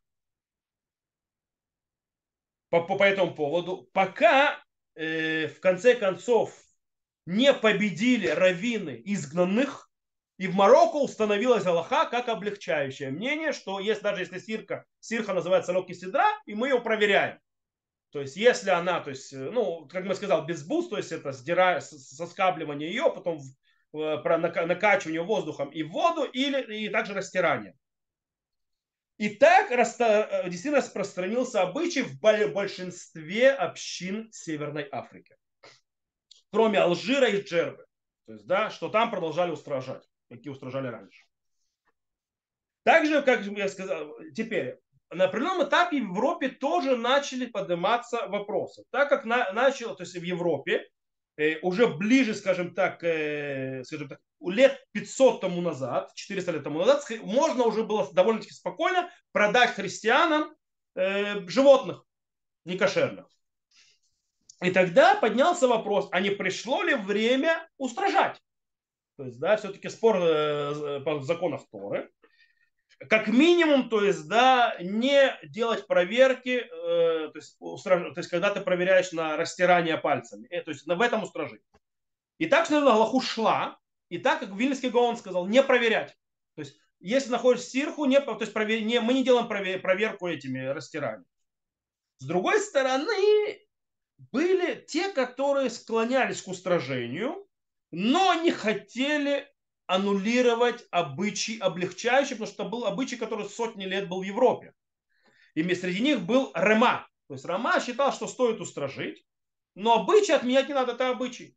По, по, по этому поводу, пока э, в конце концов не победили раввины изгнанных, и в Марокко установилась Аллаха как облегчающее мнение, что есть, даже если сирка, сирха называется лёгкий сидра, и мы ее проверяем. То есть, если она, то есть, ну, как мы сказал, без буз, то есть это сдирая, соскабливание ее, потом накачивание воздухом и в воду, или и также растирание. И так действительно распространился обычай в большинстве общин Северной Африки. Кроме Алжира и Джербы. То есть, да, что там продолжали устражать, какие устражали раньше. Также, как я сказал, теперь, на определенном этапе в Европе тоже начали подниматься вопросы. Так как на, начало, то есть в Европе, э, уже ближе, скажем так, э, скажем так, лет пятьсот тому назад, четыреста лет тому назад, можно уже было довольно-таки спокойно продать христианам э, животных некошерных. И тогда поднялся вопрос, а не пришло ли время устражать? То есть, да, все-таки спор э, по законам Торы. Как минимум, то есть, да, не делать проверки, э, то, есть, устраж... то есть, когда ты проверяешь на растирание пальцами, э, то есть, в этом устражить. И так, что на Галаху шла, и так, как Вильнюсский Гаон сказал, не проверять. То есть, если находишься сирху, не, то есть, провер... не, мы не делаем провер... проверку этими растираниями. С другой стороны, были те, которые склонялись к устражению, но не хотели аннулировать обычай облегчающий, потому что это был обычай, который сотни лет был в Европе. И среди них был Рема. То есть Рема считал, что стоит устражить, но обычай отменять не надо, это обычай.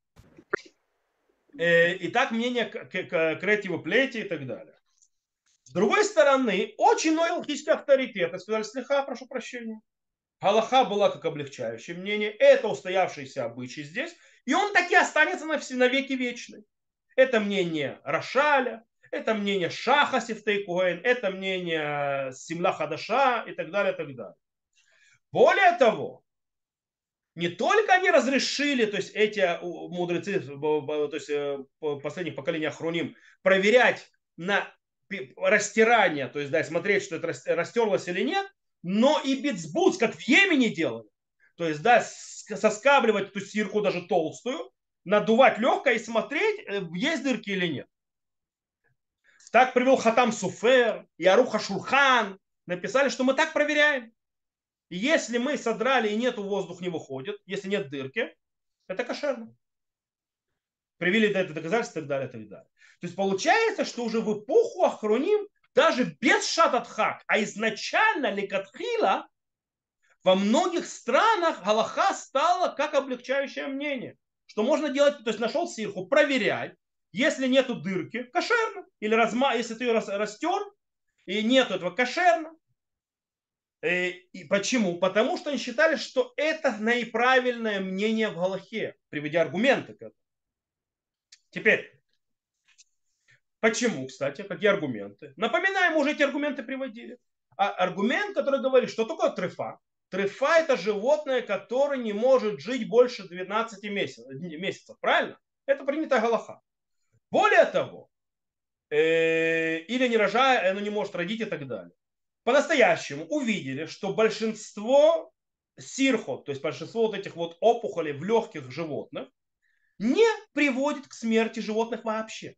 И так мнение Кретьева Плети и так далее. С другой стороны, очень много логических авторитетов сказали, слегка, прошу прощения. Галаха была как облегчающее мнение. Это устоявшийся обычай здесь. И он таки останется на, на веки вечный. Это мнение Рошаля. это мнение Шаха Сифтей Куэн, это мнение Симла Хадаша и так далее, и так далее. Более того, не только они разрешили, то есть эти мудрецы, то есть последних поколений Ахроним, проверять на растирание, то есть да, смотреть, что это растерлось или нет, но и бицбуц, как в Йемене делали. То есть да, соскабливать эту сирку даже толстую, надувать легкое и смотреть, есть дырки или нет. Так привел Хатам Суфер и Аруха Шурхан. Написали, что мы так проверяем. И если мы содрали и нету, воздух не выходит, если нет дырки, это кошерно. Привели это доказательство и так далее, и так далее. То есть получается, что уже в эпоху Ахроним, даже без шататхак, а изначально лекатхила, во многих странах галаха стала как облегчающее мнение. Что можно делать, то есть нашел сирху, проверять, если нету дырки, кошерно. Или разма, если ты ее растер, и нету этого, кошерно. И почему? Потому что они считали, что это наиправильное мнение в галахе, приведя аргументы к этому. Теперь, почему, кстати, какие аргументы? Напоминаем, мы уже эти аргументы приводили. А аргумент, который говорит, что такое трефа? Трефа это животное, которое не может жить больше двенадцати месяцев, месяцев, правильно? Это принятая галаха. Более того, э, или не рожая, оно не может родить и так далее. По-настоящему увидели, что большинство сирхот, то есть большинство вот этих вот опухолей в легких животных, не приводит к смерти животных вообще.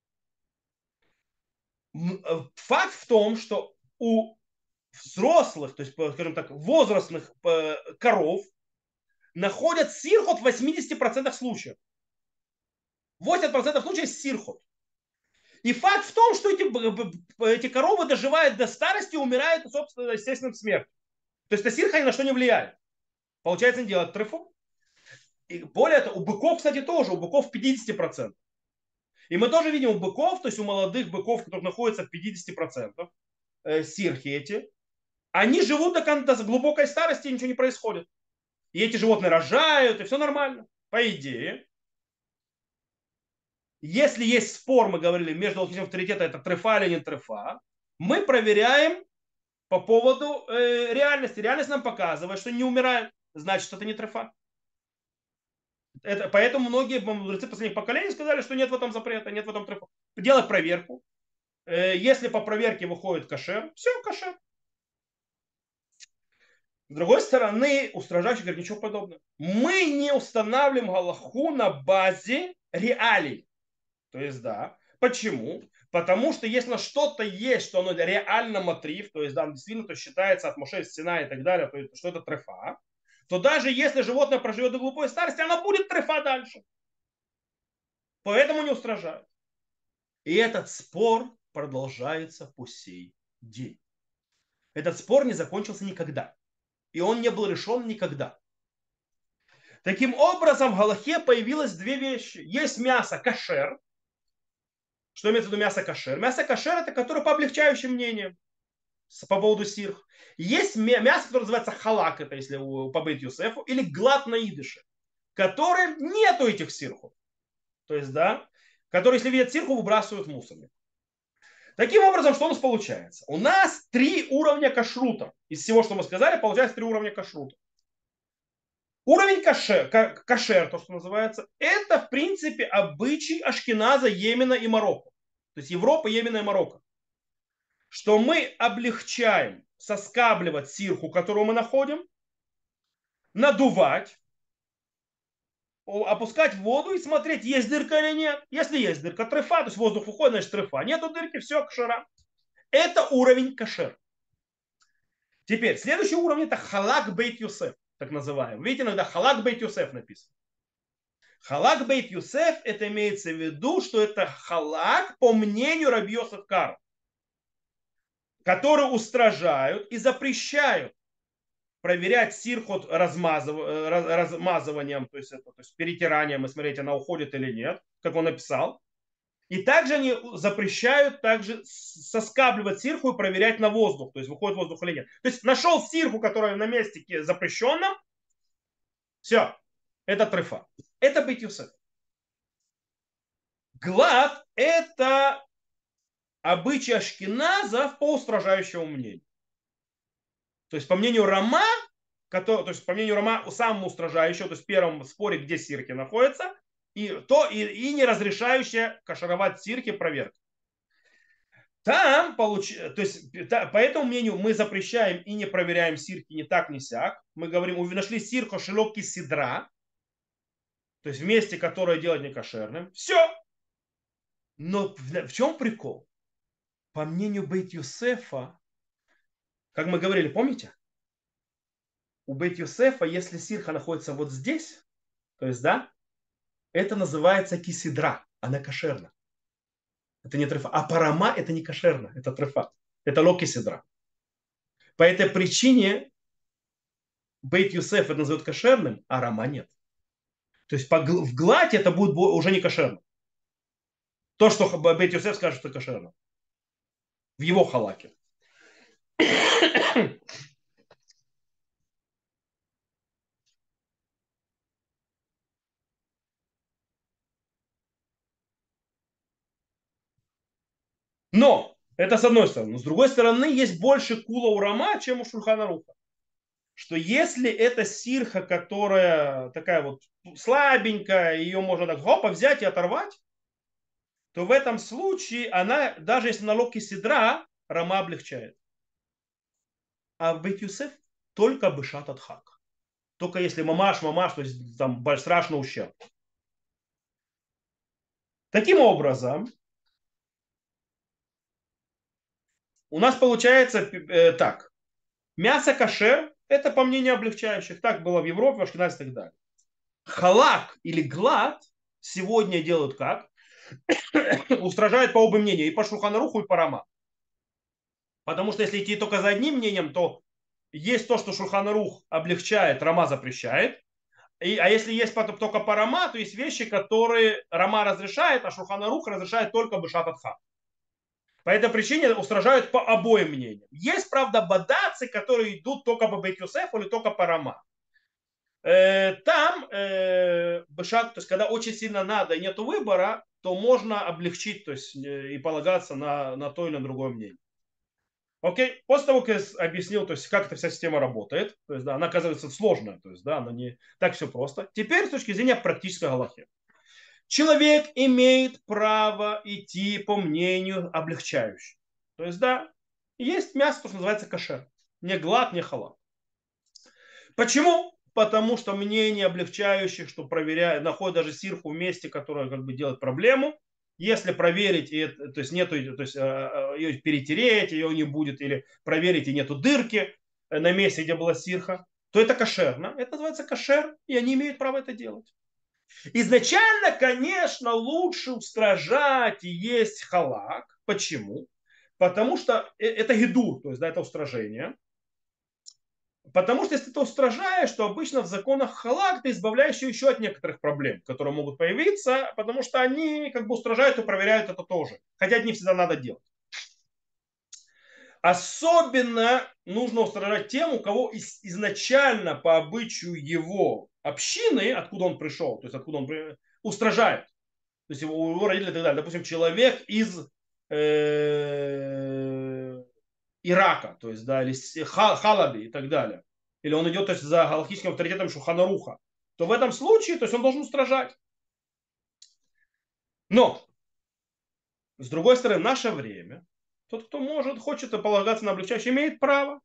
Факт в том, что у взрослых, то есть, скажем так, возрастных коров находят сирхот в восьмидесяти процентах случаев. восемьдесят процентов случаев сирхот. И факт в том, что эти, эти коровы доживают до старости и умирают, собственно, естественным смертью. То есть на сирха ни на что не влияет. Получается, не делать трефу. И более того, у быков, кстати, тоже, у быков пятьдесят процентов. И мы тоже видим у быков, то есть у молодых быков, которые находятся в пятидесяти процентах, э, сирхи эти, они живут до, до глубокой старости, и ничего не происходит. И эти животные рожают, и все нормально. По идее, если есть спор, мы говорили, между авторитетом, это трефа или не трефа, мы проверяем по поводу э, реальности. Реальность нам показывает, что не умирает. Значит, это не трефа. Это, поэтому многие мудрецы последних поколений сказали, что нет в этом запрета, нет в этом трефа. Делать проверку. Э, если по проверке выходит кошер, все, кошер. С другой стороны, устражающий говорит, ничего подобного. Мы не устанавливаем галаху на базе реалий. То есть, да. Почему? Потому что если что-то есть, что оно реально матриф, то есть, да, действительно, то считается от Моше, Сина и так далее, то есть, что это трефа, то даже если животное проживет до глубокой старости, оно будет трефа дальше. Поэтому не устражают. И этот спор продолжается по сей день. Этот спор не закончился никогда. И он не был решен никогда. Таким образом, в галахе появилось две вещи. Есть мясо кошер. Что имеется в виду мясо кошер? Мясо кошер это которое по облегчающим мнениям по поводу сирх. Есть мясо, которое называется халак, это если по бейт Юсефу, или глад на идыше, которое нету этих сирхов. То есть, да, которые, если видят сирху, выбрасывают в мусорник. Таким образом, что у нас получается? У нас три уровня кашрута. Из всего, что мы сказали, получается три уровня кашрута. Уровень кашер, кашер, то, что называется, это, в принципе, обычай Ашкеназа, Йемена и Марокко. То есть Европа, Йемена и Марокко. Что мы облегчаем соскабливать сирху, которую мы находим, надувать, опускать в воду и смотреть, есть дырка или нет. Если есть дырка, трефа, то есть воздух выходит, значит трефа. Нету дырки, все, кашера. Это уровень кашер. Теперь, следующий уровень это халак бейт Юсеф, так называемый. Видите, иногда халак бейт Юсеф написано. Халак бейт Юсеф, это имеется в виду, что это халак по мнению Раби Йосеф Кара, которые устражают и запрещают проверять сирхот размазыв... размазыванием, то есть, это, то есть перетиранием и смотреть, она уходит или нет, как он написал. И также они запрещают также соскабливать сирху и проверять на воздух, то есть выходит воздух или нет. То есть нашел сирху, которая на месте запрещенном, все, это трефа. Это бейт Юсеф. Глад это обычай ашкеназов по устражающему мнению. То есть, по мнению Рама, который, то есть, по мнению Рама, самому устражающему, то есть, в первом споре, где сирки находятся, и, то, и, и не разрешающая кашаровать сирки проверка. Там, получ... то есть, по этому мнению, мы запрещаем и не проверяем сирки ни так, ни сяк. Мы говорим, мы нашли сирку шелоки сидра, то есть вместе, которое делать не кошерным. Все. Но в, в чем прикол? По мнению Бейт Юсефа, как мы говорили, помните? У Бейт Юсефа, если сирха находится вот здесь, то есть, да, это называется кисидра, она кошерна. Это не трефа. А парама это не кошерно, это трефа. Это ло кисидра. По этой причине Бейт Юсеф это называют кошерным, а рама нет. То есть по, в глади это будет уже не кошерно. То, что Бейт Юсеф скажет, что кошерно. В его халаке. Но это с одной стороны. Но с другой стороны, есть больше кула у Рама, чем у Шульхана Руха. Что если это сирха, которая такая вот слабенькая, ее можно так хопа взять и оторвать, то в этом случае она, даже если на локе сидра, Рама облегчает. А в Бейт Юсеф только бешат от хак. Только если мамаш, мамаш, то есть там страшный ущерб. Таким образом, у нас получается э, так. Мясо кошер, это по мнению облегчающих. Так было в Европе, в Ашкеназе и так далее. Халак или глад сегодня делают как? Устражают по обоим мнениям. И по Шулханаруху, и по Рама. Потому что если идти только за одним мнением, то есть то, что Шулханарух облегчает, Рама запрещает. И, а если есть потом только по Рама, то есть вещи, которые Рама разрешает, а Шулханарух разрешает только Бешат Атха. По этой причине устражают по обоим мнениям. Есть, правда, бадацы, которые идут только по Бейт Йосефу или только по Рама. Э, там э, Бешат, то есть когда очень сильно надо и нет выбора, то можно облегчить, то есть э, и полагаться на, на то или на другое мнение. Окей, после того, как я объяснил, то есть как эта вся система работает, то есть да, она оказывается сложная, то есть да, она не так все просто. Теперь с точки зрения практической галахи. Человек имеет право идти по мнению облегчающего. То есть да, есть мясо, то, что называется кошер. Не глад, не халат. Почему? Потому что мнение облегчающих, что проверяют, находят даже сирху в месте, которое как бы делает проблему. Если проверить, и, то есть нету, то есть ее перетереть, ее не будет, или проверить, и нету дырки на месте, где была сирха, то это кошерно. Это называется кошер, и они имеют право это делать. Изначально, конечно, лучше устражать и есть халак. Почему? Потому что это гидур, то есть да, это устражение. Потому что если ты устражаешь, то обычно в законах халак ты избавляешь еще от некоторых проблем, которые могут появиться, потому что они как бы устражают и проверяют это тоже. Хотя это не всегда надо делать. Особенно нужно устражать тем, у кого изначально по обычаю его общины, откуда он пришел, то есть откуда он при... устражает. То есть его, его родители и так далее. Допустим, человек из э, Ирака, то есть, да, или Халаби и так далее. Или он идет то есть, за галактическим авторитетом Шуханаруха, то в этом случае то есть, он должен устражать. Но, с другой стороны, в наше время, тот, кто может, хочет полагаться на облегчающий, имеет право.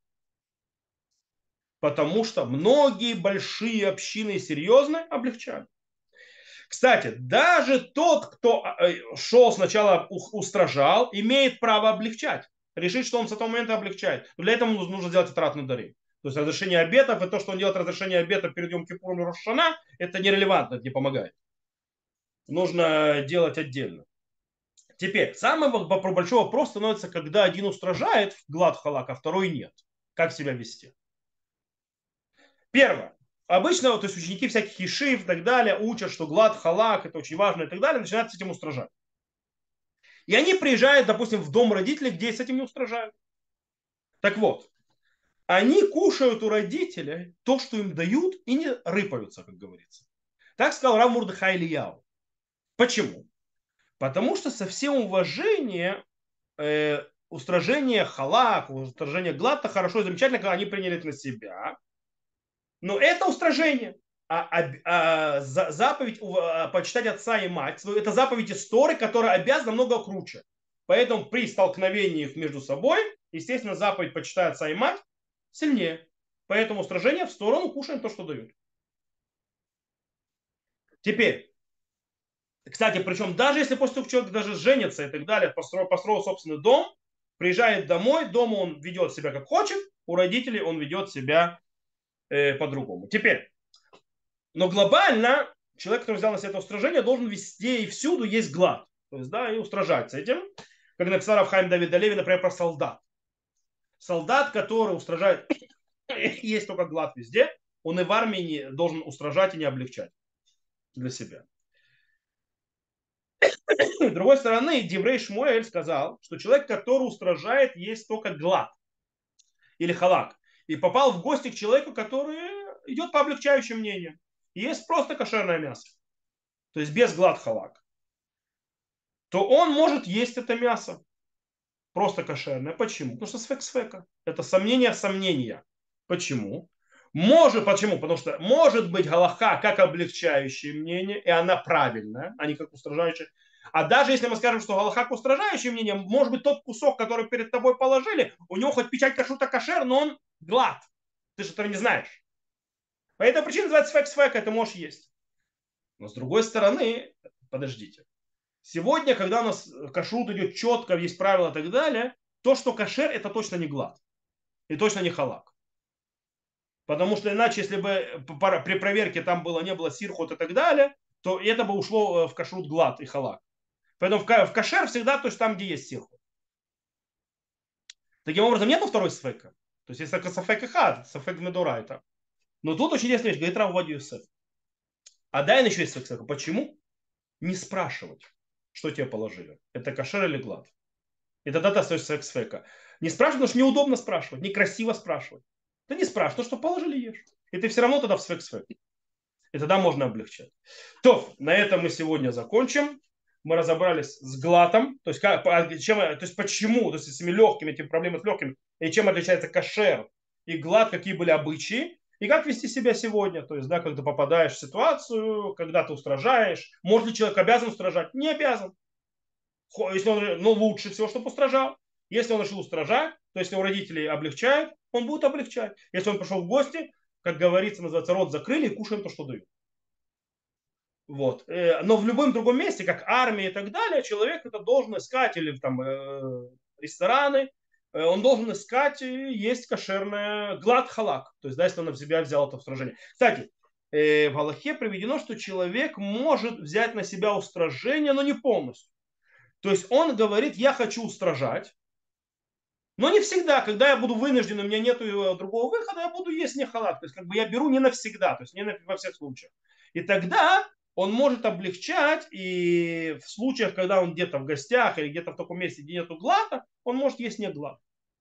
Потому что многие большие общины серьезные облегчают. Кстати, даже тот, кто шел сначала устражал, имеет право облегчать. Решить, что он с этого момента облегчает. Но для этого нужно сделать отратный дарим. То есть разрешение обетов, и то, что он делает разрешение обетов перед Йом Кипуром и Рош ха-Шана, это нерелевантно, это не помогает. Нужно делать отдельно. Теперь, самый большой вопрос становится, когда один устражает в глад халак, а второй нет. Как себя вести? Первое. Обычно то есть ученики всяких ешив и так далее учат, что глад, халак, это очень важно и так далее, начинают с этим устражать. И они приезжают, допустим, в дом родителей, где с этим не устражают. Так вот, они кушают у родителей то, что им дают, и не рыпаются, как говорится. Так сказал Рав Мурдехай Ильяу. Почему? Потому что со всем уважением э, устражение халак, устражение глад, хорошо и замечательно, когда они приняли это на себя. Но это устражение. А, а, а за, заповедь а, почитать отца и мать, это заповедь истории, которая обязана намного круче. Поэтому при столкновении их между собой, естественно, заповедь почитай отца и мать сильнее. Поэтому устражение в сторону, кушаем то, что дают. Теперь, кстати, причем даже если после того человек даже женится и так далее, построил, построил собственный дом, приезжает домой, дома он ведет себя как хочет, у родителей он ведет себя э, по-другому. Теперь, но глобально человек, который взял на себя это устражение, должен везде и всюду есть глад. То есть, да, и устражать этим. Как написал Рафхайм Давид Алеви, например, про солдат. Солдат, который устражает, есть только глад везде, он и в армии не, должен устражать и не облегчать для себя. С другой стороны, Диврей Шмуэль сказал, что человек, который устражает, есть только глад или халак. И попал в гости к человеку, который идет по облегчающим мнениям. И есть просто кошерное мясо. То есть без глад халак. То он может есть это мясо. Просто кошерное. Почему? Потому что сфек сфека. Это сомнение сомнения. Почему? Может, почему? Потому что может быть галаха как облегчающее мнение, и она правильная, а не как устражающая. А даже если мы скажем, что галаха как устражающее мнение, может быть тот кусок, который перед тобой положили, у него хоть печать кашрута кошер, но он глад. Ты же этого не знаешь. По этой причине называется сфек сфека, это можешь есть. Но с другой стороны, подождите. Сегодня, когда у нас кашрут идет четко, есть правила и так далее, то, что кошер, это точно не глад. И точно не халак. Потому что иначе, если бы при проверке там было, не было сирхот и так далее, то это бы ушло в кашрут глад и халак. Поэтому в кошер всегда то есть там, где есть сирхот. Таким образом, нету второй сфека. То есть есть только сафек и хад, сафек медурайта. Но тут очень интересная вещь, говорит Рав Овадия Йосеф. А дай еще есть сфека. Почему? Не спрашивать, что тебе положили. Это кошер или глад. И тогда ты остаешься сфек сфека. Не спрашивать, потому что неудобно спрашивать, некрасиво спрашивать. Ты не спрашивай, то, что положили, ешь. И ты все равно тогда в сфек-сфек. И тогда можно облегчать. То, на этом мы сегодня закончим. Мы разобрались с глатом. То есть, как, чем, то есть почему, то есть с этими легкими, этими проблемами с легкими, и чем отличается кошер и глад, какие были обычаи, и как вести себя сегодня. То есть, да, когда ты попадаешь в ситуацию, когда ты устражаешь. Может ли человек обязан устражать? Не обязан. Если он, ну, лучше всего, чтобы устражал. Если он решил устражать, то если у родителей облегчает, он будет облегчать. Если он пришел в гости, как говорится, называется, рот закрыли и кушаем то, что дают. Вот. Но в любом другом месте, как армия и так далее, человек это должен искать, или там э, рестораны, э, он должен искать и есть кошерное глад халак. То есть, да, если он на себя взял это устражение. Кстати, э, в Аллахе приведено, что человек может взять на себя устражение, но не полностью. То есть он говорит, я хочу устражать, но не всегда, когда я буду вынужден, у меня нет другого выхода, я буду есть не халат. То есть как бы я беру не навсегда, то есть не на, во всех случаях. И тогда он может облегчать, и в случаях, когда он где-то в гостях или где-то в таком месте, где нету глата, он может есть не глад.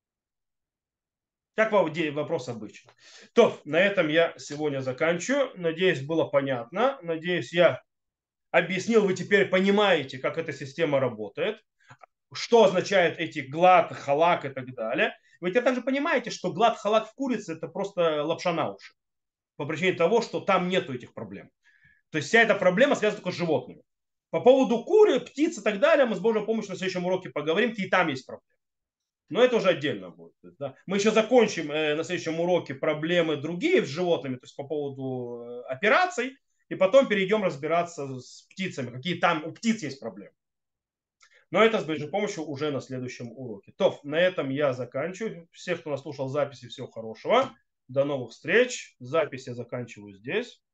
Как вопрос обычный. То, на этом я сегодня заканчиваю. Надеюсь, было понятно. Надеюсь, я объяснил, вы теперь понимаете, как эта система работает. Что означает эти глад, халак и так далее. Вы ведь также понимаете, что глад, халак в курице это просто лапша на уши. По причине того, что там нету этих проблем. То есть вся эта проблема связана только с животными. По поводу куры, птиц и так далее мы с Божьей помощью на следующем уроке поговорим, и там есть проблемы. Но это уже отдельно будет. Да. Мы еще закончим э, на следующем уроке проблемы другие с животными, то есть по поводу э, операций, и потом перейдем разбираться с птицами, какие там у птиц есть проблемы. Но это с Божьей помощью уже на следующем уроке. То, на этом я заканчиваю. Всех, кто нас слушал записи, всего хорошего. До новых встреч. Запись я заканчиваю здесь.